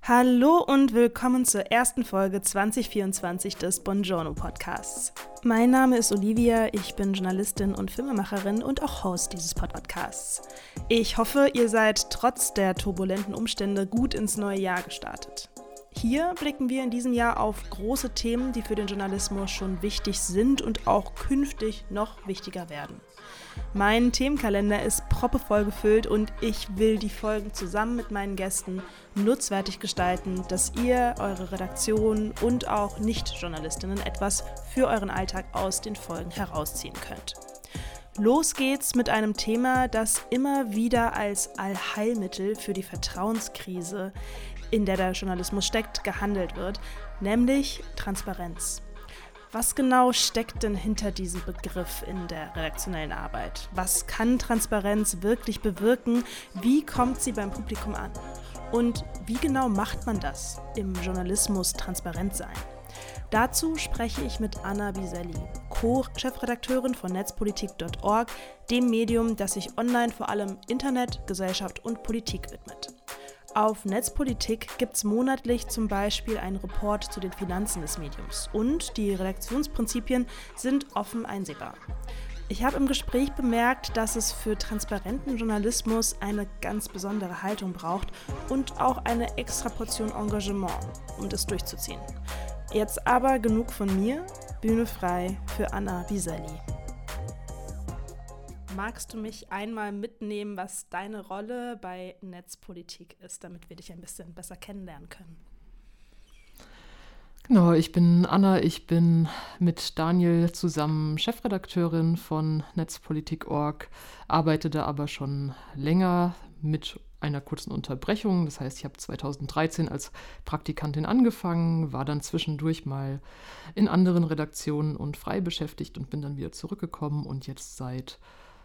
Hallo und willkommen zur ersten Folge 2024 des Buongiorno Podcasts. Mein Name ist Olivia, ich bin Journalistin und Filmemacherin und auch Host dieses Podcasts. Ich hoffe, ihr seid trotz der turbulenten Umstände gut ins neue Jahr gestartet. Hier blicken wir in diesem Jahr auf große Themen, die für den Journalismus schon wichtig sind und auch künftig noch wichtiger werden. Mein Themenkalender ist proppevoll gefüllt und ich will die Folgen zusammen mit meinen Gästen nutzwertig gestalten, dass ihr, eure Redaktion und auch Nicht-Journalistinnen etwas für euren Alltag aus den Folgen herausziehen könnt. Los geht's mit einem Thema, das immer wieder als Allheilmittel für die Vertrauenskrise, in der Journalismus steckt, gehandelt wird, nämlich Transparenz. Was genau steckt denn hinter diesem Begriff in der redaktionellen Arbeit? Was kann Transparenz wirklich bewirken? Wie kommt sie beim Publikum an? Und wie genau macht man das, im Journalismus transparent sein? Dazu spreche ich mit Anna Biselli, Co-Chefredakteurin von netzpolitik.org, dem Medium, das sich online vor allem Internet, Gesellschaft und Politik widmet. Auf Netzpolitik gibt es monatlich zum Beispiel einen Report zu den Finanzen des Mediums und die Redaktionsprinzipien sind offen einsehbar. Ich habe im Gespräch bemerkt, dass es für transparenten Journalismus eine ganz besondere Haltung braucht und auch eine extra Portion Engagement, um das durchzuziehen. Jetzt aber genug von mir, Bühne frei für Anna Biselli. Magst du mich einmal mitnehmen, was deine Rolle bei Netzpolitik ist, damit wir dich ein bisschen besser kennenlernen können? Genau, ich bin Anna, ich bin mit Daniel zusammen Chefredakteurin von netzpolitik.org, arbeite da aber schon länger mit einer kurzen Unterbrechung. Das heißt, ich habe 2013 als Praktikantin angefangen, war dann zwischendurch mal in anderen Redaktionen und frei beschäftigt und bin dann wieder zurückgekommen und jetzt seit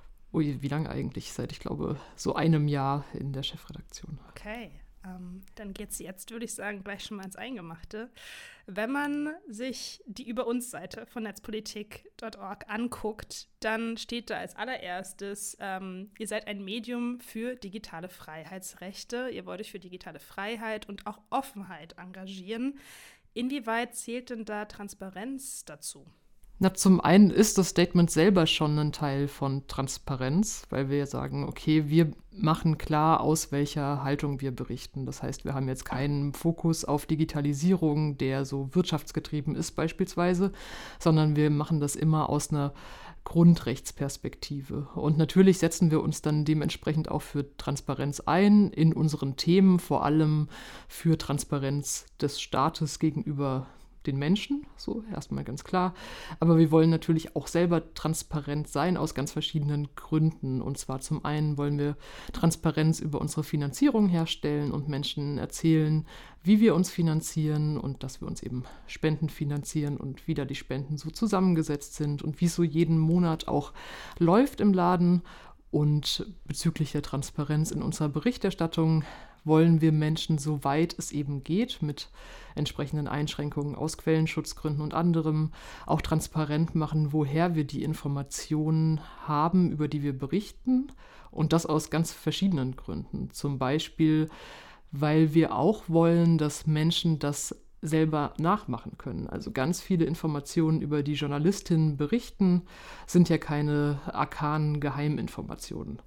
wie lange eigentlich? Seit, ich glaube, so einem Jahr in der Chefredaktion. Okay, dann geht's jetzt, würde ich sagen, gleich schon mal ins Eingemachte. Wenn man sich die Über-uns-Seite von netzpolitik.org anguckt, dann steht da als allererstes, ihr seid ein Medium für digitale Freiheitsrechte. Ihr wollt euch für digitale Freiheit und auch Offenheit engagieren. Inwieweit zählt denn da Transparenz dazu? Na, zum einen ist das Statement selber schon ein Teil von Transparenz, weil wir sagen, okay, wir machen klar, aus welcher Haltung wir berichten. Das heißt, wir haben jetzt keinen Fokus auf Digitalisierung, der so wirtschaftsgetrieben ist beispielsweise, sondern wir machen das immer aus einer Grundrechtsperspektive. Und natürlich setzen wir uns dann dementsprechend auch für Transparenz ein, in unseren Themen, vor allem für Transparenz des Staates gegenüber den Menschen, so erstmal ganz klar. Aber wir wollen natürlich auch selber transparent sein aus ganz verschiedenen Gründen. Und zwar zum einen wollen wir Transparenz über unsere Finanzierung herstellen und Menschen erzählen, wie wir uns finanzieren und dass wir uns eben Spenden finanzieren und wie da die Spenden so zusammengesetzt sind und wie es so jeden Monat auch läuft im Laden. Und bezüglich der Transparenz in unserer Berichterstattung wollen wir Menschen, soweit es eben geht, mit entsprechenden Einschränkungen aus Quellenschutzgründen und anderem, auch transparent machen, woher wir die Informationen haben, über die wir berichten. Und das aus ganz verschiedenen Gründen. Zum Beispiel, weil wir auch wollen, dass Menschen das selber nachmachen können. Also ganz viele Informationen, über die Journalistinnen berichten, sind ja keine arkanen Geheiminformationen.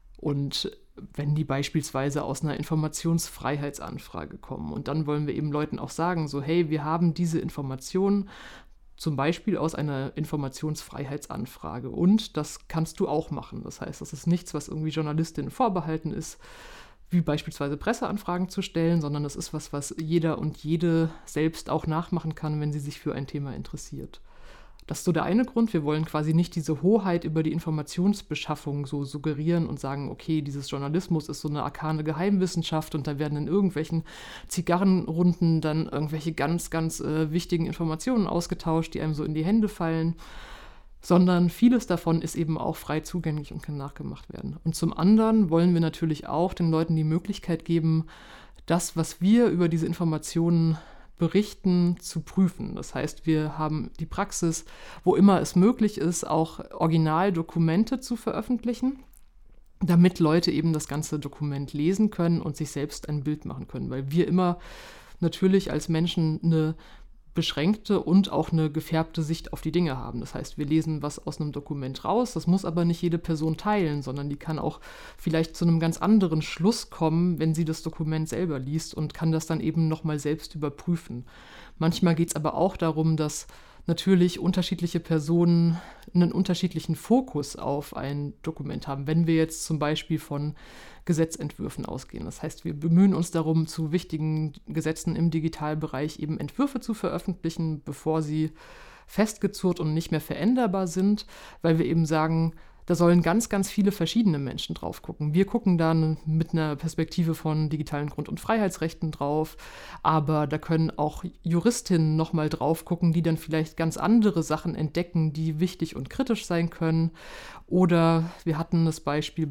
Und wenn die beispielsweise aus einer Informationsfreiheitsanfrage kommen und dann wollen wir eben Leuten auch sagen, so hey, wir haben diese Informationen zum Beispiel aus einer Informationsfreiheitsanfrage und das kannst du auch machen. Das heißt, das ist nichts, was irgendwie Journalistinnen vorbehalten ist, wie beispielsweise Presseanfragen zu stellen, sondern das ist was jeder und jede selbst auch nachmachen kann, wenn sie sich für ein Thema interessiert. Das ist so der eine Grund. Wir wollen quasi nicht diese Hoheit über die Informationsbeschaffung so suggerieren und sagen, okay, dieses Journalismus ist so eine arkane Geheimwissenschaft und da werden in irgendwelchen Zigarrenrunden dann irgendwelche ganz, ganz wichtigen Informationen ausgetauscht, die einem so in die Hände fallen, sondern vieles davon ist eben auch frei zugänglich und kann nachgemacht werden. Und zum anderen wollen wir natürlich auch den Leuten die Möglichkeit geben, das, was wir über diese Informationen berichten, zu prüfen. Das heißt, wir haben die Praxis, wo immer es möglich ist, auch Originaldokumente zu veröffentlichen. damit Leute eben das ganze Dokument lesen können und sich selbst ein Bild machen können, weil wir immer natürlich als Menschen eine beschränkte und auch eine gefärbte Sicht auf die Dinge haben. Das heißt, wir lesen was aus einem Dokument raus, das muss aber nicht jede Person teilen, sondern die kann auch vielleicht zu einem ganz anderen Schluss kommen, wenn sie das Dokument selber liest und kann das dann eben nochmal selbst überprüfen. Manchmal geht es aber auch darum, dass natürlich unterschiedliche Personen einen unterschiedlichen Fokus auf ein Dokument haben. Wenn wir jetzt zum Beispiel von Gesetzentwürfen ausgehen. Das heißt, wir bemühen uns darum, zu wichtigen Gesetzen im Digitalbereich eben Entwürfe zu veröffentlichen, bevor sie festgezurrt und nicht mehr veränderbar sind, weil wir eben sagen, da sollen ganz, ganz viele verschiedene Menschen drauf gucken. Wir gucken dann mit einer Perspektive von digitalen Grund- und Freiheitsrechten drauf, aber da können auch Juristinnen nochmal drauf gucken, die dann vielleicht ganz andere Sachen entdecken, die wichtig und kritisch sein können. Oder wir hatten das Beispiel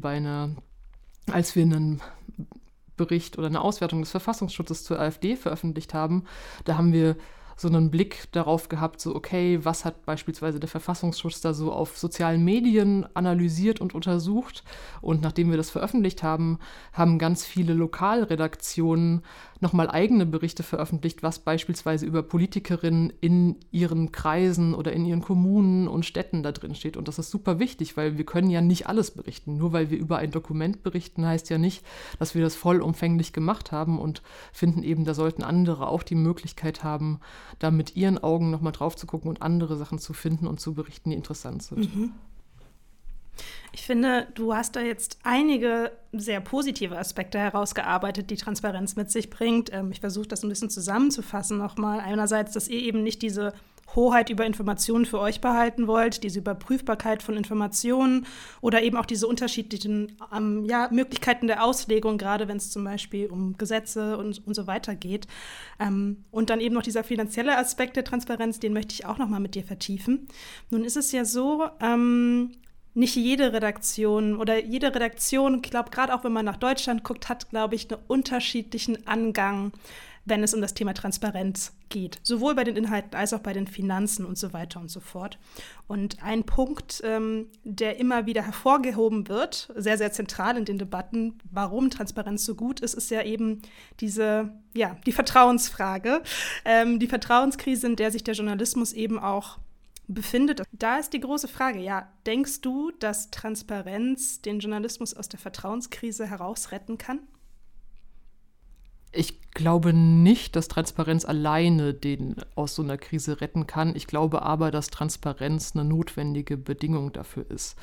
als wir einen Bericht oder eine Auswertung des Verfassungsschutzes zur AfD veröffentlicht haben, da haben wir so einen Blick darauf gehabt, so okay, was hat beispielsweise der Verfassungsschutz da so auf sozialen Medien analysiert und untersucht. Und nachdem wir das veröffentlicht haben, haben ganz viele Lokalredaktionen nochmal eigene Berichte veröffentlicht, was beispielsweise über Politikerinnen in ihren Kreisen oder in ihren Kommunen und Städten da drin steht. Und das ist super wichtig, weil wir können ja nicht alles berichten. Nur weil wir über ein Dokument berichten, heißt ja nicht, dass wir das vollumfänglich gemacht haben und finden eben, da sollten andere auch die Möglichkeit haben, da mit ihren Augen nochmal drauf zu gucken und andere Sachen zu finden und zu berichten, die interessant sind. Mhm. Ich finde, du hast da jetzt einige sehr positive Aspekte herausgearbeitet, die Transparenz mit sich bringt. Ich versuche das ein bisschen zusammenzufassen nochmal. Einerseits, dass ihr eben nicht diese Hoheit über Informationen für euch behalten wollt, diese Überprüfbarkeit von Informationen oder eben auch diese unterschiedlichen Möglichkeiten der Auslegung, gerade wenn es zum Beispiel um Gesetze und so weiter geht. Und dann eben noch dieser finanzielle Aspekt der Transparenz, den möchte ich auch noch mal mit dir vertiefen. Nun ist es ja so, nicht jede Redaktion, ich glaube, gerade auch wenn man nach Deutschland guckt, hat, glaube ich, einen unterschiedlichen Angang, wenn es um das Thema Transparenz geht. Sowohl bei den Inhalten als auch bei den Finanzen und so weiter und so fort. Und ein Punkt, der immer wieder hervorgehoben wird, sehr, sehr zentral in den Debatten, warum Transparenz so gut ist, ist ja eben die Vertrauensfrage. Die Vertrauenskrise, in der sich der Journalismus eben auch befindet. Da ist die große Frage, denkst du, dass Transparenz den Journalismus aus der Vertrauenskrise herausretten kann? Ich glaube nicht, dass Transparenz alleine den aus so einer Krise retten kann. Ich glaube aber, dass Transparenz eine notwendige Bedingung dafür ist,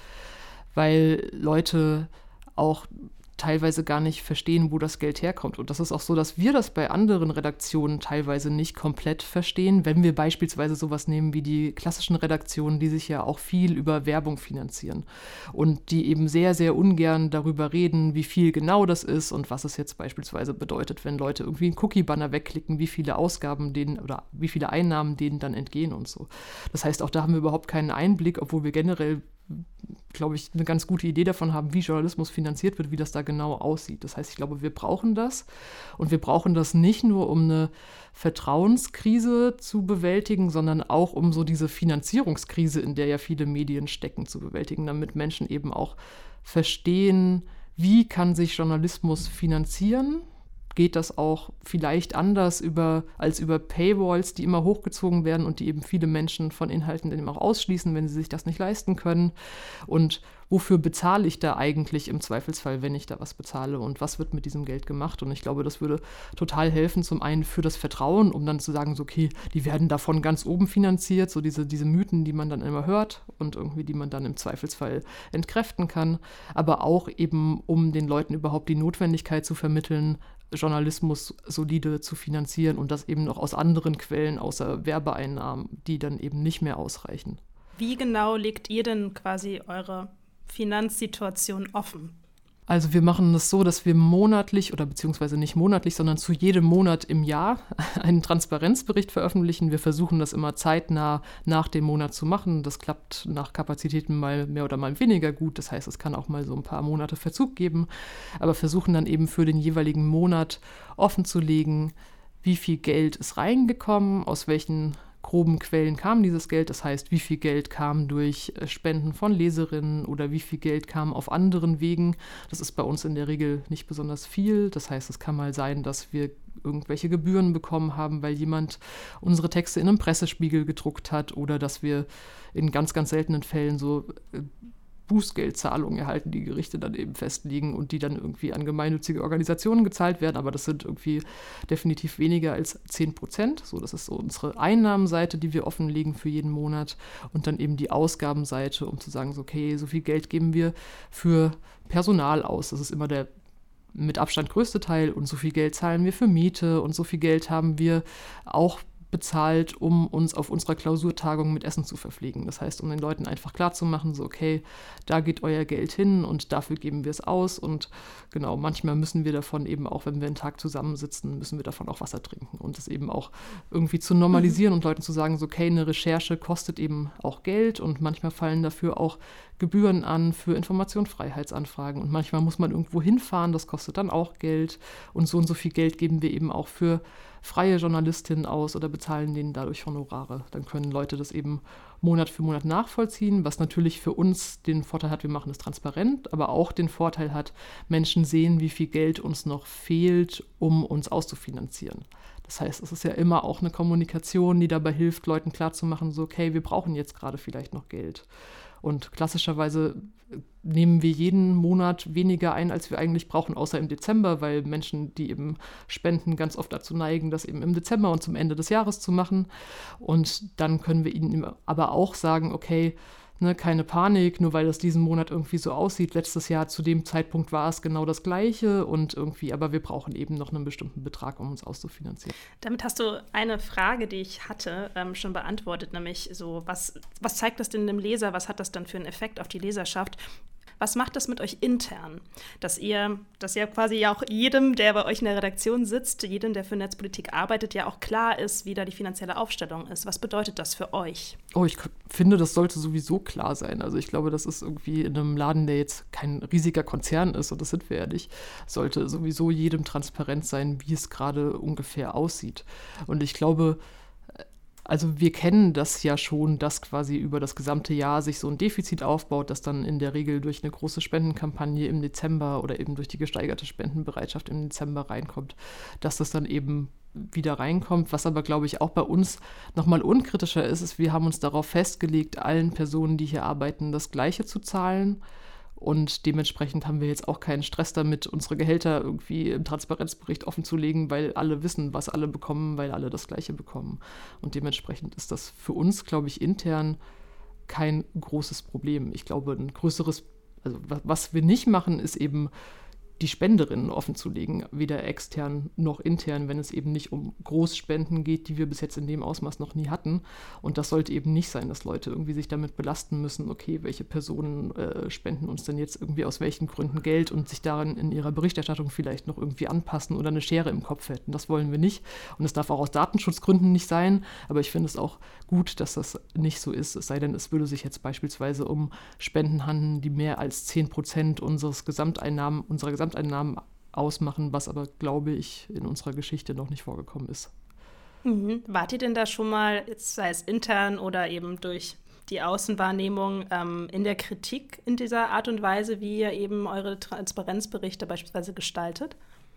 weil Leute auch teilweise gar nicht verstehen, wo das Geld herkommt. Und das ist auch so, dass wir das bei anderen Redaktionen teilweise nicht komplett verstehen, wenn wir beispielsweise sowas nehmen wie die klassischen Redaktionen, die sich ja auch viel über Werbung finanzieren und die eben sehr, sehr ungern darüber reden, wie viel genau das ist und was es jetzt beispielsweise bedeutet, wenn Leute irgendwie einen Cookie-Banner wegklicken, wie viele Ausgaben denen oder wie viele Einnahmen denen dann entgehen und so. Das heißt, auch da haben wir überhaupt keinen Einblick, obwohl wir generell, glaube ich, eine ganz gute Idee davon haben, wie Journalismus finanziert wird, wie das da genau aussieht. Das heißt, ich glaube, wir brauchen das. Und wir brauchen das nicht nur, um eine Vertrauenskrise zu bewältigen, sondern auch, um so diese Finanzierungskrise, in der ja viele Als stecken, zu bewältigen, damit Menschen eben auch verstehen, wie kann sich Journalismus finanzieren. Geht das auch vielleicht anders als über Paywalls, die immer hochgezogen werden und die eben viele Menschen von Inhalten dann eben auch ausschließen, wenn sie sich das nicht leisten können? Und wofür bezahle ich da eigentlich im Zweifelsfall, wenn ich da was bezahle? Und was wird mit diesem Geld gemacht? Und ich glaube, das würde total helfen, zum einen für das Vertrauen, um dann zu sagen, so, okay, die werden davon ganz oben finanziert, so diese Mythen, die man dann immer hört und irgendwie, die man dann im Zweifelsfall entkräften kann. Aber auch eben, um den Leuten überhaupt die Notwendigkeit zu vermitteln, Journalismus solide zu finanzieren und das eben noch aus anderen Quellen, außer Werbeeinnahmen, die dann eben nicht mehr ausreichen. Wie genau legt ihr denn quasi eure Finanzsituation offen? Also wir machen das so, dass wir monatlich oder beziehungsweise nicht monatlich, sondern zu jedem Monat im Jahr einen Transparenzbericht veröffentlichen. Wir versuchen das immer zeitnah nach dem Monat zu machen. Das klappt nach Kapazitäten mal mehr oder mal weniger gut. Das heißt, es kann auch mal so ein paar Monate Verzug geben. Aber versuchen dann eben für den jeweiligen Monat offenzulegen, wie viel Geld ist reingekommen, aus welchen groben Quellen kam dieses Geld. Das heißt, wie viel Geld kam durch Spenden von Leserinnen oder wie viel Geld kam auf anderen Wegen. Das ist bei uns in der Regel nicht besonders viel. Das heißt, es kann mal sein, dass wir irgendwelche Gebühren bekommen haben, weil jemand unsere Texte in einem Pressespiegel gedruckt hat oder dass wir in ganz, ganz seltenen Fällen so Bußgeldzahlungen erhalten, die Gerichte dann eben festlegen und die dann irgendwie an gemeinnützige Organisationen gezahlt werden, aber das sind irgendwie definitiv weniger als 10%. So, das ist so unsere Einnahmenseite, die wir offenlegen für jeden Monat und dann eben die Ausgabenseite, um zu sagen, so, okay, so viel Geld geben wir für Personal aus. Das ist immer der mit Abstand größte Teil und so viel Geld zahlen wir für Miete und so viel Geld haben wir auch bezahlt, um uns auf unserer Klausurtagung mit Essen zu verpflegen. Das heißt, um den Leuten einfach klarzumachen, so okay, da geht euer Geld hin und dafür geben wir es aus und genau, manchmal müssen wir davon eben auch, wenn wir einen Tag zusammensitzen, müssen wir davon auch Wasser trinken und das eben auch irgendwie zu normalisieren und Leuten zu sagen, so okay, eine Recherche kostet eben auch Geld und manchmal fallen dafür auch Gebühren an für Informationsfreiheitsanfragen und manchmal muss man irgendwo hinfahren, das kostet dann auch Geld und so viel Geld geben wir eben auch für freie Journalistinnen aus oder bezahlen denen dadurch Honorare. Dann können Leute das eben Monat für Monat nachvollziehen, was natürlich für uns den Vorteil hat, wir machen es transparent, aber auch den Vorteil hat, Menschen sehen, wie viel Geld uns noch fehlt, um uns auszufinanzieren. Das heißt, es ist ja immer auch eine Kommunikation, die dabei hilft, Leuten klarzumachen, so okay, wir brauchen jetzt gerade vielleicht noch Geld. Und klassischerweise nehmen wir jeden Monat weniger ein, als wir eigentlich brauchen, außer im Dezember, weil Menschen, die eben spenden, ganz oft dazu neigen, das eben im Dezember und zum Ende des Jahres zu machen. Und dann können wir ihnen aber auch sagen, okay, ne, keine Panik, nur weil das diesen Monat irgendwie so aussieht. Letztes Jahr zu dem Zeitpunkt war es genau das Gleiche und irgendwie, aber wir brauchen eben noch einen bestimmten Betrag, um uns auszufinanzieren. Damit hast du eine Frage, die ich hatte, schon beantwortet, nämlich so, was zeigt das denn dem Leser, was hat das dann für einen Effekt auf die Leserschaft? Was macht das mit euch intern? Dass ja quasi auch jedem, der bei euch in der Redaktion sitzt, jedem, der für Netzpolitik arbeitet, ja auch klar ist, wie da die finanzielle Aufstellung ist. Was bedeutet das für euch? Oh, ich finde, das sollte sowieso klar sein. Also ich glaube, das ist irgendwie in einem Laden, der jetzt kein riesiger Konzern ist, und das sind wir ja nicht, sollte sowieso jedem transparent sein, wie es gerade ungefähr aussieht. Und ich glaube, also wir kennen das ja schon, dass quasi über das gesamte Jahr sich so ein Defizit aufbaut, das dann in der Regel durch eine große Spendenkampagne im Dezember oder eben durch die gesteigerte Spendenbereitschaft im Dezember reinkommt, dass das dann eben wieder reinkommt. Was aber, glaube ich, auch bei uns nochmal unkritischer ist, wir haben uns darauf festgelegt, allen Personen, die hier arbeiten, das Gleiche zu zahlen. Und dementsprechend haben wir jetzt auch keinen Stress damit, unsere Gehälter irgendwie im Transparenzbericht offenzulegen, weil alle wissen, was alle bekommen, weil alle das Gleiche bekommen. Und dementsprechend ist das für uns, glaube ich, intern kein großes Problem. Ich glaube, ein größeres, also was wir nicht machen, ist eben die Spenderinnen offenzulegen, weder extern noch intern, wenn es eben nicht um Großspenden geht, die wir bis jetzt in dem Ausmaß noch nie hatten. Und das sollte eben nicht sein, dass Leute irgendwie sich damit belasten müssen, okay, welche Personen spenden uns denn jetzt irgendwie aus welchen Gründen Geld und sich daran in ihrer Berichterstattung vielleicht noch irgendwie anpassen oder eine Schere im Kopf hätten. Das wollen wir nicht. Und es darf auch aus Datenschutzgründen nicht sein, aber ich finde es auch gut, dass das nicht so ist, es sei denn, es würde sich jetzt beispielsweise um Spenden handeln, die mehr als 10% unserer Gesamteinnahmen ausmachen, was aber, glaube ich, in unserer Geschichte noch nicht vorgekommen ist. Mhm. Wart ihr denn da schon mal, sei es intern oder eben durch die Außenwahrnehmung, in der Kritik in dieser Art und Weise, wie ihr eben eure Transparenzberichte beispielsweise gestaltet?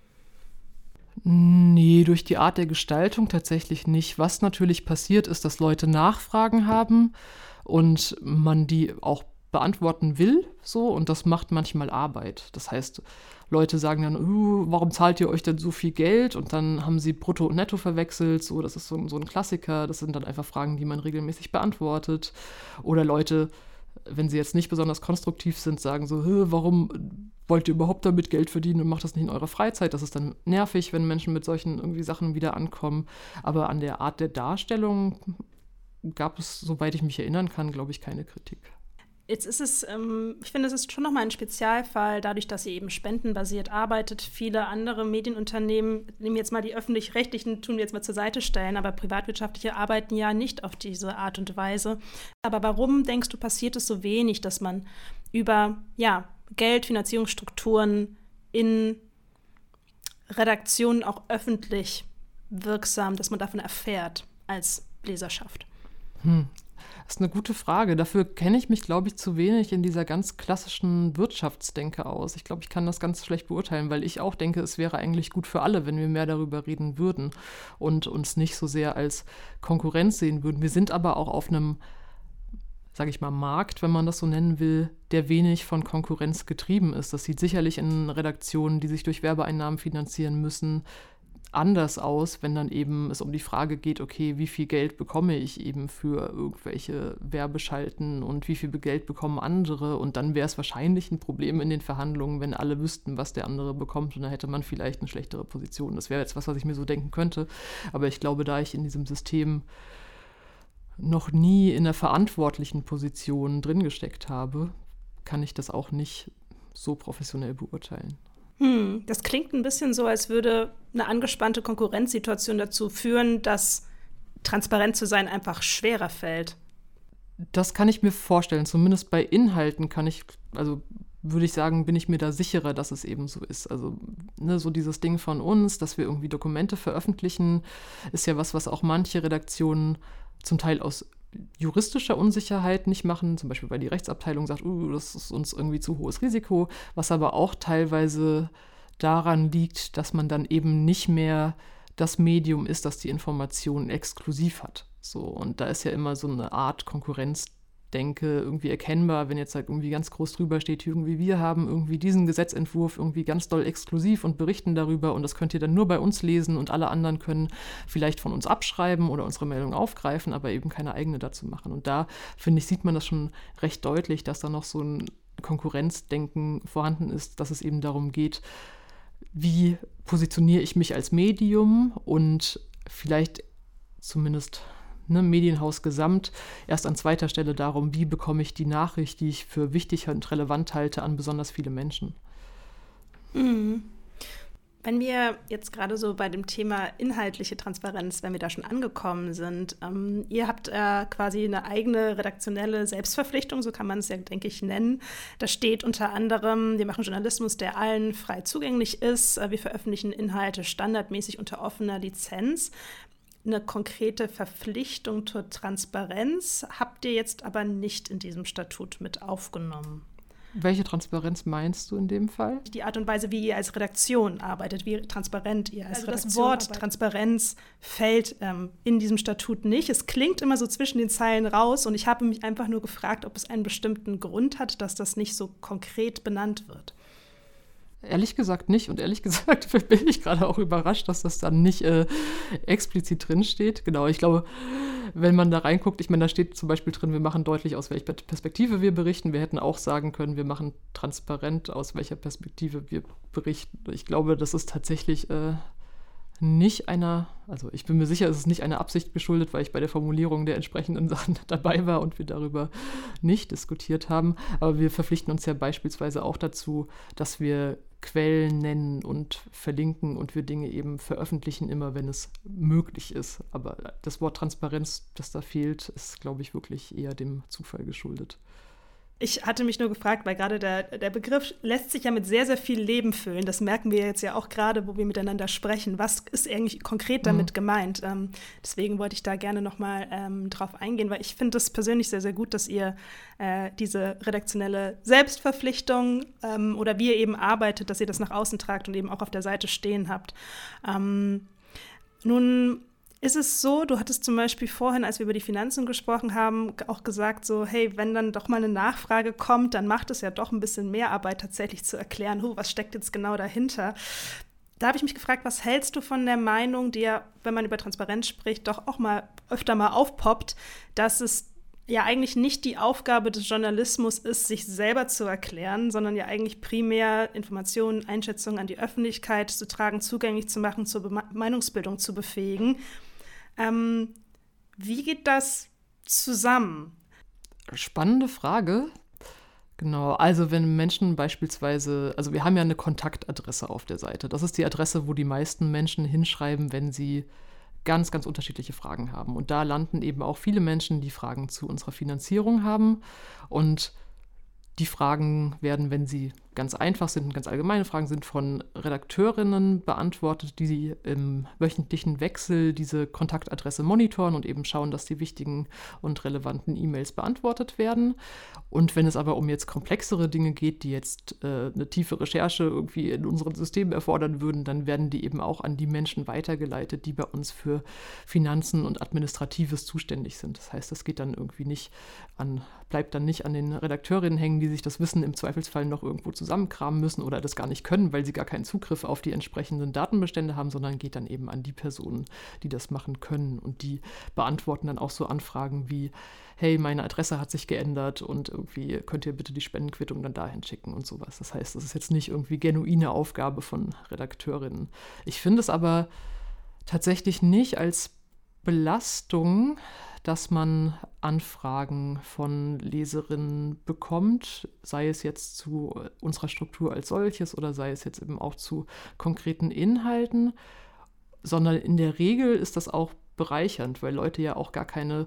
Nee, durch die Art der Gestaltung tatsächlich nicht. Was natürlich passiert, ist, dass Leute Nachfragen haben und man die auch beantworten will, so, und das macht manchmal Arbeit. Das heißt, Leute sagen dann, warum zahlt ihr euch denn so viel Geld? Und dann haben sie Brutto und Netto verwechselt, so, das ist so ein Klassiker. Das sind dann einfach Fragen, die man regelmäßig beantwortet. Oder Leute, wenn sie jetzt nicht besonders konstruktiv sind, sagen so, warum wollt ihr überhaupt damit Geld verdienen und macht das nicht in eurer Freizeit? Das ist dann nervig, wenn Menschen mit solchen irgendwie Sachen wieder ankommen. Aber an der Art der Darstellung gab es, soweit ich mich erinnern kann, glaube ich, keine Kritik. Jetzt ist es, ich finde, es ist schon nochmal ein Spezialfall, dadurch, dass ihr eben spendenbasiert arbeitet. Viele andere Medienunternehmen, nehmen jetzt mal die öffentlich-rechtlichen, tun wir jetzt mal zur Seite stellen, aber privatwirtschaftliche arbeiten ja nicht auf diese Art und Weise. Aber warum, denkst du, passiert es so wenig, dass man über Geld, Finanzierungsstrukturen in Redaktionen auch öffentlich wirksam, dass man davon erfährt als Leserschaft? Das ist eine gute Frage. Dafür kenne ich mich, glaube ich, zu wenig in dieser ganz klassischen Wirtschaftsdenke aus. Ich glaube, ich kann das ganz schlecht beurteilen, weil ich auch denke, es wäre eigentlich gut für alle, wenn wir mehr darüber reden würden und uns nicht so sehr als Konkurrenz sehen würden. Wir sind aber auch auf einem, sage ich mal, Markt, wenn man das so nennen will, der wenig von Konkurrenz getrieben ist. Das sieht sicherlich in Redaktionen, die sich durch Werbeeinnahmen finanzieren müssen, anders aus, wenn dann eben es um die Frage geht, okay, wie viel Geld bekomme ich eben für irgendwelche Werbeschalten und wie viel Geld bekommen andere, und dann wäre es wahrscheinlich ein Problem in den Verhandlungen, wenn alle wüssten, was der andere bekommt, und dann hätte man vielleicht eine schlechtere Position. Das wäre jetzt was ich mir so denken könnte, aber ich glaube, da ich in diesem System noch nie in einer verantwortlichen Position drin gesteckt habe, kann ich das auch nicht so professionell beurteilen. Das klingt ein bisschen so, als würde eine angespannte Konkurrenzsituation dazu führen, dass transparent zu sein einfach schwerer fällt. Das kann ich mir vorstellen. Zumindest bei Inhalten würde ich sagen, bin ich mir da sicherer, dass es eben so ist. Also so dieses Ding von uns, dass wir irgendwie Dokumente veröffentlichen, ist ja was auch manche Redaktionen zum Teil aus juristischer Unsicherheit nicht machen, zum Beispiel weil die Rechtsabteilung sagt, das ist uns irgendwie zu hohes Risiko, was aber auch teilweise daran liegt, dass man dann eben nicht mehr das Medium ist, das die Information exklusiv hat. So, und da ist ja immer so eine Art Konkurrenzdenke irgendwie erkennbar, wenn jetzt halt irgendwie ganz groß drüber steht, irgendwie wir haben irgendwie diesen Gesetzentwurf irgendwie ganz doll exklusiv und berichten darüber, und das könnt ihr dann nur bei uns lesen und alle anderen können vielleicht von uns abschreiben oder unsere Meldung aufgreifen, aber eben keine eigene dazu machen. Und da, finde ich, sieht man das schon recht deutlich, dass da noch so ein Konkurrenzdenken vorhanden ist, dass es eben darum geht, wie positioniere ich mich als Medium und vielleicht zumindest Medienhaus gesamt erst an zweiter Stelle darum, wie bekomme ich die Nachricht, die ich für wichtig und relevant halte, an besonders viele Menschen. Wenn wir jetzt gerade so bei dem Thema inhaltliche Transparenz, wenn wir da schon angekommen sind, ihr habt quasi eine eigene redaktionelle Selbstverpflichtung, so kann man es ja, denke ich, nennen. Da steht unter anderem, wir machen Journalismus, der allen frei zugänglich ist. Wir veröffentlichen Inhalte standardmäßig unter offener Lizenz. Eine konkrete Verpflichtung zur Transparenz habt ihr jetzt aber nicht in diesem Statut mit aufgenommen. Welche Transparenz meinst du in dem Fall? Die Art und Weise, wie ihr als Redaktion arbeitet, wie transparent ihr als Redaktion das Wort arbeitet. Transparenz fällt in diesem Statut nicht. Es klingt immer so zwischen den Zeilen raus, und ich habe mich einfach nur gefragt, ob es einen bestimmten Grund hat, dass das nicht so konkret benannt wird. Ehrlich gesagt nicht, und ehrlich gesagt bin ich gerade auch überrascht, dass das dann nicht explizit drin steht. Genau, ich glaube, wenn man da reinguckt, ich meine, da steht zum Beispiel drin, wir machen deutlich, aus welcher Perspektive wir berichten. Wir hätten auch sagen können, wir machen transparent, aus welcher Perspektive wir berichten. Ich glaube, das ist tatsächlich nicht einer, also ich bin mir sicher, es ist nicht einer Absicht geschuldet, weil ich bei der Formulierung der entsprechenden Sachen dabei war und wir darüber nicht diskutiert haben. Aber wir verpflichten uns ja beispielsweise auch dazu, dass wir Quellen nennen und verlinken und wir Dinge eben veröffentlichen, immer wenn es möglich ist. Aber das Wort Transparenz, das da fehlt, ist, glaube ich, wirklich eher dem Zufall geschuldet. Ich hatte mich nur gefragt, weil gerade der Begriff lässt sich ja mit sehr, sehr viel Leben füllen. Das merken wir jetzt ja auch gerade, wo wir miteinander sprechen. Was ist eigentlich konkret damit gemeint? Deswegen wollte ich da gerne nochmal drauf eingehen, weil ich finde es persönlich sehr, sehr gut, dass ihr diese redaktionelle Selbstverpflichtung oder wie ihr eben arbeitet, dass ihr das nach außen tragt und eben auch auf der Seite stehen habt. Nun ist es so, du hattest zum Beispiel vorhin, als wir über die Finanzen gesprochen haben, auch gesagt so, hey, wenn dann doch mal eine Nachfrage kommt, dann macht es ja doch ein bisschen mehr Arbeit, tatsächlich zu erklären, was steckt jetzt genau dahinter. Da habe ich mich gefragt, was hältst du von der Meinung, die ja, wenn man über Transparenz spricht, doch auch mal öfter mal aufpoppt, dass es ja eigentlich nicht die Aufgabe des Journalismus ist, sich selber zu erklären, sondern ja eigentlich primär Informationen, Einschätzungen an die Öffentlichkeit zu tragen, zugänglich zu machen, zur Meinungsbildung zu befähigen. Wie geht das zusammen? Spannende Frage. Genau, also wenn Menschen beispielsweise, also wir haben ja eine Kontaktadresse auf der Seite. Das ist die Adresse, wo die meisten Menschen hinschreiben, wenn sie ganz, ganz unterschiedliche Fragen haben. Und da landen eben auch viele Menschen, die Fragen zu unserer Finanzierung haben. Und die Fragen werden, wenn sie ganz einfach sind und ganz allgemeine Fragen sind von Redakteurinnen beantwortet, die im wöchentlichen Wechsel diese Kontaktadresse monitoren und eben schauen, dass die wichtigen und relevanten E-Mails beantwortet werden. Und wenn es aber um jetzt komplexere Dinge geht, die jetzt eine tiefe Recherche irgendwie in unseren Systemen erfordern würden, dann werden die eben auch an die Menschen weitergeleitet, die bei uns für Finanzen und Administratives zuständig sind. Das heißt, das geht dann irgendwie bleibt dann nicht an den Redakteurinnen hängen, die sich das Wissen im Zweifelsfall noch irgendwo zusammenkramen müssen oder das gar nicht können, weil sie gar keinen Zugriff auf die entsprechenden Datenbestände haben, sondern geht dann eben an die Personen, die das machen können. Und die beantworten dann auch so Anfragen wie, hey, meine Adresse hat sich geändert und irgendwie könnt ihr bitte die Spendenquittung dann dahin schicken und sowas. Das heißt, das ist jetzt nicht irgendwie genuine Aufgabe von Redakteurinnen. Ich finde es aber tatsächlich nicht als Belastung, dass man Anfragen von Leserinnen bekommt, sei es jetzt zu unserer Struktur als solches oder sei es jetzt eben auch zu konkreten Inhalten, sondern in der Regel ist das auch bereichernd, weil Leute ja auch gar keine,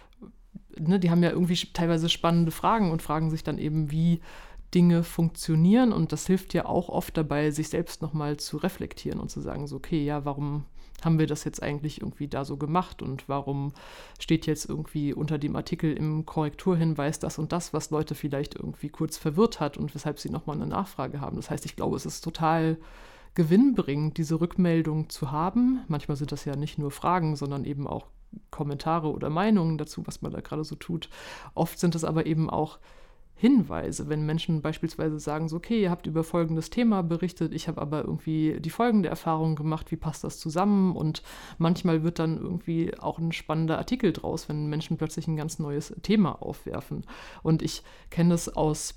die haben ja irgendwie teilweise spannende Fragen und fragen sich dann eben, wie Dinge funktionieren, und das hilft ja auch oft dabei, sich selbst nochmal zu reflektieren und zu sagen, so okay, ja, warum haben wir das jetzt eigentlich irgendwie da so gemacht und warum steht jetzt irgendwie unter dem Artikel im Korrekturhinweis das und das, was Leute vielleicht irgendwie kurz verwirrt hat und weshalb sie nochmal eine Nachfrage haben. Das heißt, ich glaube, es ist total gewinnbringend, diese Rückmeldung zu haben. Manchmal sind das ja nicht nur Fragen, sondern eben auch Kommentare oder Meinungen dazu, was man da gerade so tut. Oft sind es aber eben auch Hinweise, wenn Menschen beispielsweise sagen, so okay, ihr habt über folgendes Thema berichtet, ich habe aber irgendwie die folgende Erfahrung gemacht, wie passt das zusammen? Und manchmal wird dann irgendwie auch ein spannender Artikel draus, wenn Menschen plötzlich ein ganz neues Thema aufwerfen. Und ich kenne das aus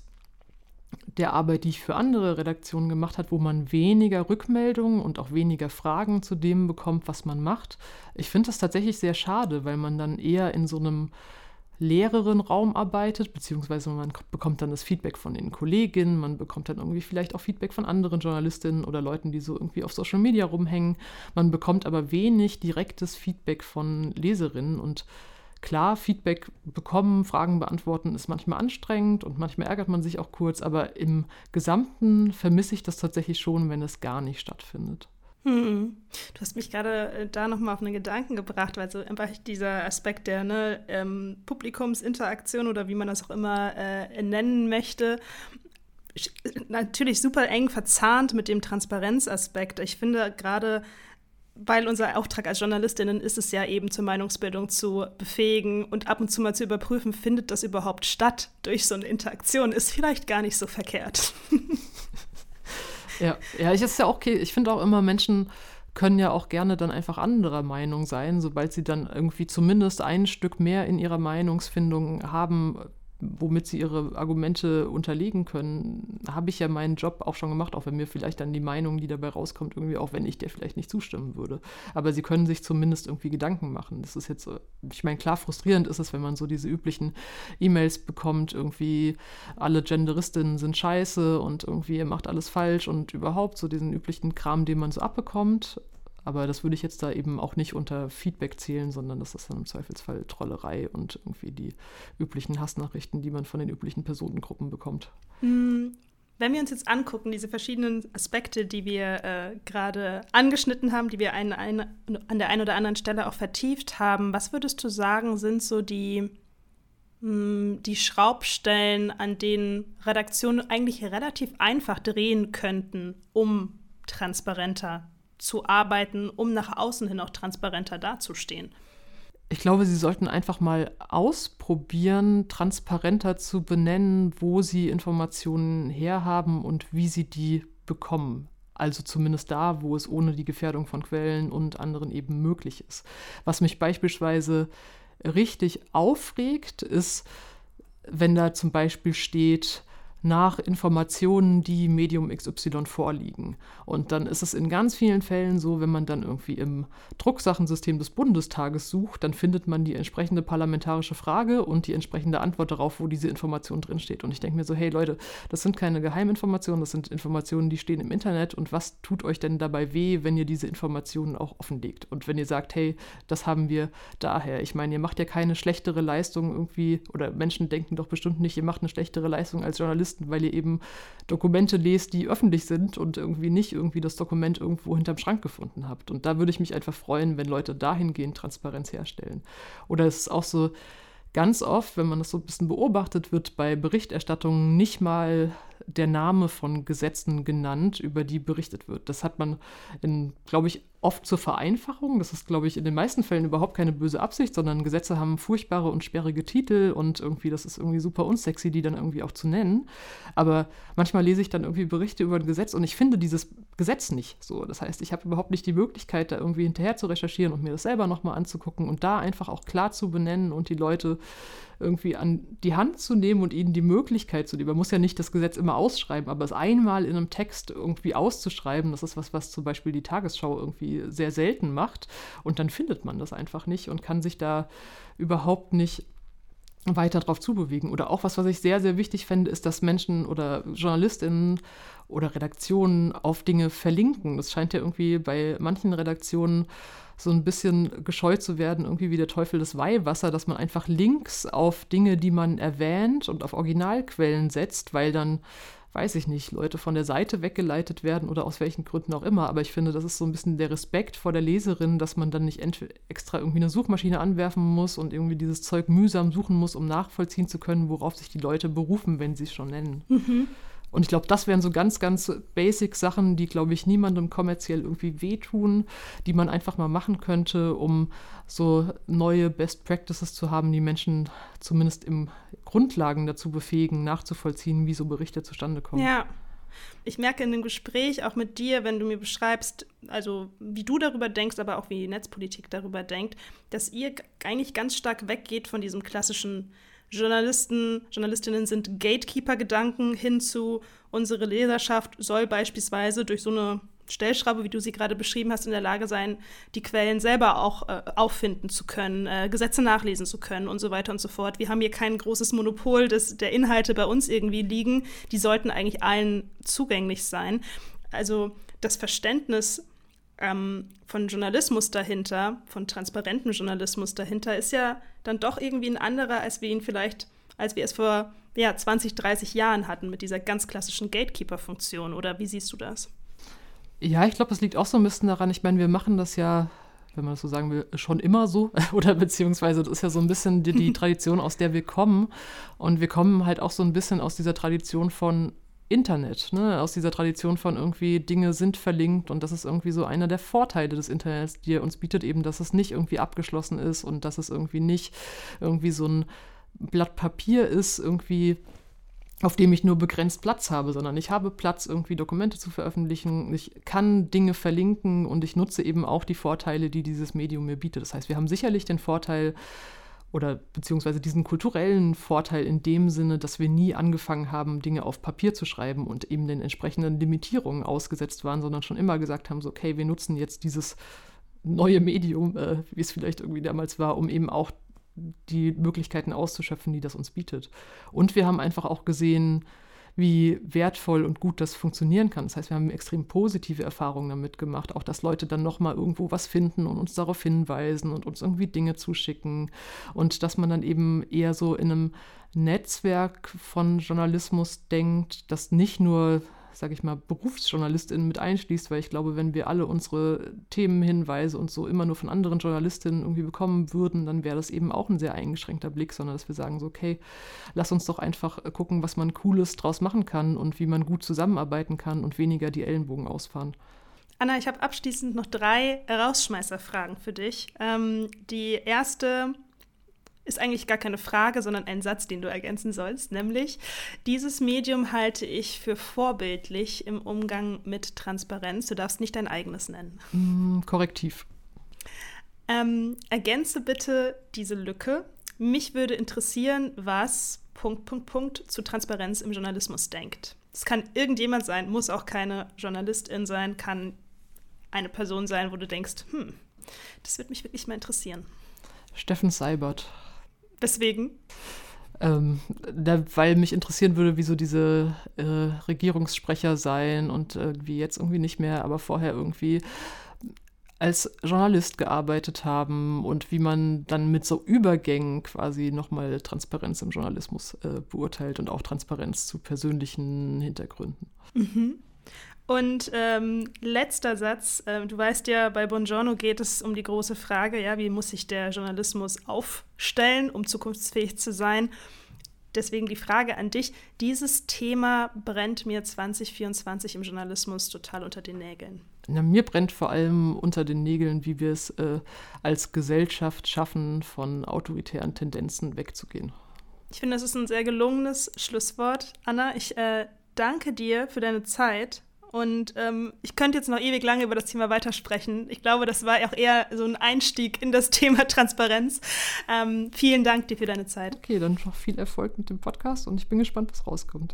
der Arbeit, die ich für andere Redaktionen gemacht habe, wo man weniger Rückmeldungen und auch weniger Fragen zu dem bekommt, was man macht. Ich finde das tatsächlich sehr schade, weil man dann eher in so einem leereren Raum arbeitet, beziehungsweise man bekommt dann das Feedback von den Kolleginnen, man bekommt dann irgendwie vielleicht auch Feedback von anderen Journalistinnen oder Leuten, die so irgendwie auf Social Media rumhängen. Man bekommt aber wenig direktes Feedback von Leserinnen, und klar, Feedback bekommen, Fragen beantworten ist manchmal anstrengend und manchmal ärgert man sich auch kurz, aber im Gesamten vermisse ich das tatsächlich schon, wenn es gar nicht stattfindet. Du hast mich gerade da nochmal auf einen Gedanken gebracht, weil so einfach dieser Aspekt der Publikumsinteraktion oder wie man das auch immer nennen möchte, natürlich super eng verzahnt mit dem Transparenzaspekt. Ich finde gerade, weil unser Auftrag als Journalistinnen ist es ja eben zur Meinungsbildung zu befähigen und ab und zu mal zu überprüfen, findet das überhaupt statt durch so eine Interaktion, ist vielleicht gar nicht so verkehrt. Ja, ich ist ja auch okay. Ich finde auch immer, Menschen können ja auch gerne dann einfach anderer Meinung sein, sobald sie dann irgendwie zumindest ein Stück mehr in ihrer Meinungsfindung haben, womit sie ihre Argumente unterlegen können, habe ich ja meinen Job auch schon gemacht, auch wenn mir vielleicht dann die Meinung, die dabei rauskommt, irgendwie, auch wenn ich der vielleicht nicht zustimmen würde. Aber sie können sich zumindest irgendwie Gedanken machen. Das ist jetzt, ich meine, klar, frustrierend ist es, wenn man so diese üblichen E-Mails bekommt, irgendwie alle Genderistinnen sind scheiße und irgendwie ihr macht alles falsch und überhaupt so diesen üblichen Kram, den man so abbekommt. Aber das würde ich jetzt da eben auch nicht unter Feedback zählen, sondern das ist dann im Zweifelsfall Trollerei und irgendwie die üblichen Hassnachrichten, die man von den üblichen Personengruppen bekommt. Wenn wir uns jetzt angucken, diese verschiedenen Aspekte, die wir gerade angeschnitten haben, die wir an der einen oder anderen Stelle auch vertieft haben, was würdest du sagen, sind so die Schraubstellen, an denen Redaktionen eigentlich relativ einfach drehen könnten, um transparenter zu arbeiten, um nach außen hin auch transparenter dazustehen? Ich glaube, sie sollten einfach mal ausprobieren, transparenter zu benennen, wo sie Informationen herhaben und wie sie die bekommen. Also zumindest da, wo es ohne die Gefährdung von Quellen und anderen eben möglich ist. Was mich beispielsweise richtig aufregt, ist, wenn da zum Beispiel steht, nach Informationen, die Medium XY vorliegen. Und dann ist es in ganz vielen Fällen so, wenn man dann irgendwie im Drucksachensystem des Bundestages sucht, dann findet man die entsprechende parlamentarische Frage und die entsprechende Antwort darauf, wo diese Information drinsteht. Und ich denke mir so, hey Leute, das sind keine Geheiminformationen, das sind Informationen, die stehen im Internet, und was tut euch denn dabei weh, wenn ihr diese Informationen auch offenlegt? Und wenn ihr sagt, hey, das haben wir daher. Ich meine, ihr macht ja keine schlechtere Leistung irgendwie, oder Menschen denken doch bestimmt nicht, ihr macht eine schlechtere Leistung als Journalist, Journalisten, weil ihr eben Dokumente lest, die öffentlich sind und irgendwie nicht irgendwie das Dokument irgendwo hinterm Schrank gefunden habt. Und da würde ich mich einfach freuen, wenn Leute dahingehend Transparenz herstellen. Oder es ist auch so, ganz oft, wenn man das so ein bisschen beobachtet, wird bei Berichterstattungen nicht mal der Name von Gesetzen genannt, über die berichtet wird. Das hat man, glaube ich, oft zur Vereinfachung. Das ist, glaube ich, in den meisten Fällen überhaupt keine böse Absicht, sondern Gesetze haben furchtbare und sperrige Titel und irgendwie, das ist irgendwie super unsexy, die dann irgendwie auch zu nennen. Aber manchmal lese ich dann irgendwie Berichte über ein Gesetz und ich finde dieses Gesetz nicht so. Das heißt, ich habe überhaupt nicht die Möglichkeit, da irgendwie hinterher zu recherchieren und mir das selber nochmal anzugucken und da einfach auch klar zu benennen und die Leute irgendwie an die Hand zu nehmen und ihnen die Möglichkeit zu geben. Man muss ja nicht das Gesetz immer ausschreiben, aber es einmal in einem Text irgendwie auszuschreiben, das ist was zum Beispiel die Tagesschau irgendwie sehr selten macht. Und dann findet man das einfach nicht und kann sich da überhaupt nicht weiter drauf zubewegen. Oder auch was ich sehr, sehr wichtig fände, ist, dass Menschen oder JournalistInnen oder Redaktionen auf Dinge verlinken. Das scheint ja irgendwie bei manchen Redaktionen so ein bisschen gescheut zu werden, irgendwie wie der Teufel das Weihwasser, dass man einfach Links auf Dinge, die man erwähnt und auf Originalquellen setzt, weil dann, weiß ich nicht, Leute von der Seite weggeleitet werden oder aus welchen Gründen auch immer. Aber ich finde, das ist so ein bisschen der Respekt vor der Leserin, dass man dann nicht extra irgendwie eine Suchmaschine anwerfen muss und irgendwie dieses Zeug mühsam suchen muss, um nachvollziehen zu können, worauf sich die Leute berufen, wenn sie es schon nennen. Mhm. Und ich glaube, das wären so ganz, ganz basic Sachen, die, glaube ich, niemandem kommerziell irgendwie wehtun, die man einfach mal machen könnte, um so neue Best Practices zu haben, die Menschen zumindest im Grundlagen dazu befähigen, nachzuvollziehen, wie so Berichte zustande kommen. Ja, ich merke in dem Gespräch auch mit dir, wenn du mir beschreibst, also wie du darüber denkst, aber auch wie die Netzpolitik darüber denkt, dass ihr eigentlich ganz stark weggeht von diesem klassischen Journalistinnen sind Gatekeeper-Gedanken hin zu, unsere Leserschaft soll beispielsweise durch so eine Stellschraube, wie du sie gerade beschrieben hast, in der Lage sein, die Quellen selber auch auffinden zu können, Gesetze nachlesen zu können und so weiter und so fort. Wir haben hier kein großes Monopol, der Inhalte bei uns irgendwie liegen. Die sollten eigentlich allen zugänglich sein. Also das Verständnis von Journalismus dahinter, von transparentem Journalismus dahinter, ist ja dann doch irgendwie ein anderer, als wir es vor 20, 30 Jahren hatten mit dieser ganz klassischen Gatekeeper-Funktion. Oder wie siehst du das? Ja, ich glaube, das liegt auch so ein bisschen daran. Ich meine, wir machen das ja, wenn man das so sagen will, schon immer so. Oder beziehungsweise das ist ja so ein bisschen die Tradition, aus der wir kommen. Und wir kommen halt auch so ein bisschen aus dieser Tradition von Internet, ne? Aus dieser Tradition von irgendwie Dinge sind verlinkt und das ist irgendwie so einer der Vorteile des Internets, die er uns bietet, eben, dass es nicht irgendwie abgeschlossen ist und dass es irgendwie nicht irgendwie so ein Blatt Papier ist, irgendwie, auf dem ich nur begrenzt Platz habe, sondern ich habe Platz, irgendwie Dokumente zu veröffentlichen, ich kann Dinge verlinken und ich nutze eben auch die Vorteile, die dieses Medium mir bietet. Das heißt, wir haben sicherlich den Vorteil, oder beziehungsweise diesen kulturellen Vorteil in dem Sinne, dass wir nie angefangen haben, Dinge auf Papier zu schreiben und eben den entsprechenden Limitierungen ausgesetzt waren, sondern schon immer gesagt haben, so, okay, wir nutzen jetzt dieses neue Medium, wie es vielleicht irgendwie damals war, um eben auch die Möglichkeiten auszuschöpfen, die das uns bietet. Und wir haben einfach auch gesehen, wie wertvoll und gut das funktionieren kann. Das heißt, wir haben extrem positive Erfahrungen damit gemacht, auch dass Leute dann nochmal irgendwo was finden und uns darauf hinweisen und uns irgendwie Dinge zuschicken und dass man dann eben eher so in einem Netzwerk von Journalismus denkt, das nicht nur, sage ich mal, BerufsjournalistInnen mit einschließt, weil ich glaube, wenn wir alle unsere Themenhinweise und so immer nur von anderen JournalistInnen irgendwie bekommen würden, dann wäre das eben auch ein sehr eingeschränkter Blick, sondern dass wir sagen so, okay, lass uns doch einfach gucken, was man Cooles draus machen kann und wie man gut zusammenarbeiten kann und weniger die Ellenbogen ausfahren. Anna, ich habe abschließend noch 3 Rausschmeißerfragen für dich. Die erste ist eigentlich gar keine Frage, sondern ein Satz, den du ergänzen sollst, nämlich: Dieses Medium halte ich für vorbildlich im Umgang mit Transparenz. Du darfst nicht dein eigenes nennen. Korrektiv. Ergänze bitte diese Lücke. Mich würde interessieren, was ... zu Transparenz im Journalismus denkt. Es kann irgendjemand sein, muss auch keine Journalistin sein, kann eine Person sein, wo du denkst, das würde mich wirklich mal interessieren. Steffen Seibert. Weswegen? Weil mich interessieren würde, wieso diese Regierungssprecher sein und wie jetzt irgendwie nicht mehr, aber vorher irgendwie als Journalist gearbeitet haben und wie man dann mit so Übergängen quasi nochmal Transparenz im Journalismus beurteilt und auch Transparenz zu persönlichen Hintergründen. Mhm. Und letzter Satz, du weißt ja, bei Buongiorno geht es um die große Frage, ja, wie muss sich der Journalismus aufstellen, um zukunftsfähig zu sein? Deswegen die Frage an dich, dieses Thema brennt mir 2024 im Journalismus total unter den Nägeln. Na, mir brennt vor allem unter den Nägeln, wie wir es als Gesellschaft schaffen, von autoritären Tendenzen wegzugehen. Ich finde, das ist ein sehr gelungenes Schlusswort. Anna, ich danke dir für deine Zeit. Und ich könnte jetzt noch ewig lange über das Thema weitersprechen. Ich glaube, das war auch eher so ein Einstieg in das Thema Transparenz. Vielen Dank dir für deine Zeit. Okay, dann noch viel Erfolg mit dem Podcast und ich bin gespannt, was rauskommt.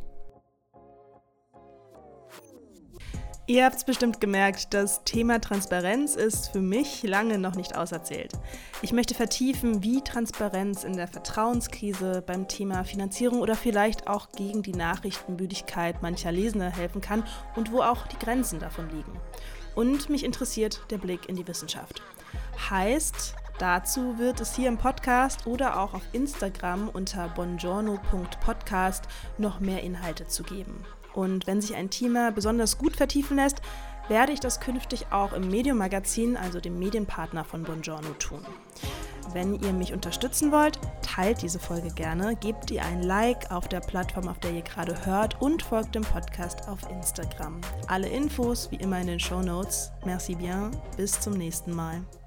Ihr habt es bestimmt gemerkt, das Thema Transparenz ist für mich lange noch nicht auserzählt. Ich möchte vertiefen, wie Transparenz in der Vertrauenskrise beim Thema Finanzierung oder vielleicht auch gegen die Nachrichtenmüdigkeit mancher Lesender helfen kann und wo auch die Grenzen davon liegen. Und mich interessiert der Blick in die Wissenschaft. Heißt, dazu wird es hier im Podcast oder auch auf Instagram unter buongiorno.podcast noch mehr Inhalte zu geben. Und wenn sich ein Thema besonders gut vertiefen lässt, werde ich das künftig auch im Medium-Magazin, also dem Medienpartner von Buongiorno, tun. Wenn ihr mich unterstützen wollt, teilt diese Folge gerne, gebt ihr ein Like auf der Plattform, auf der ihr gerade hört und folgt dem Podcast auf Instagram. Alle Infos wie immer in den Shownotes. Merci bien, bis zum nächsten Mal.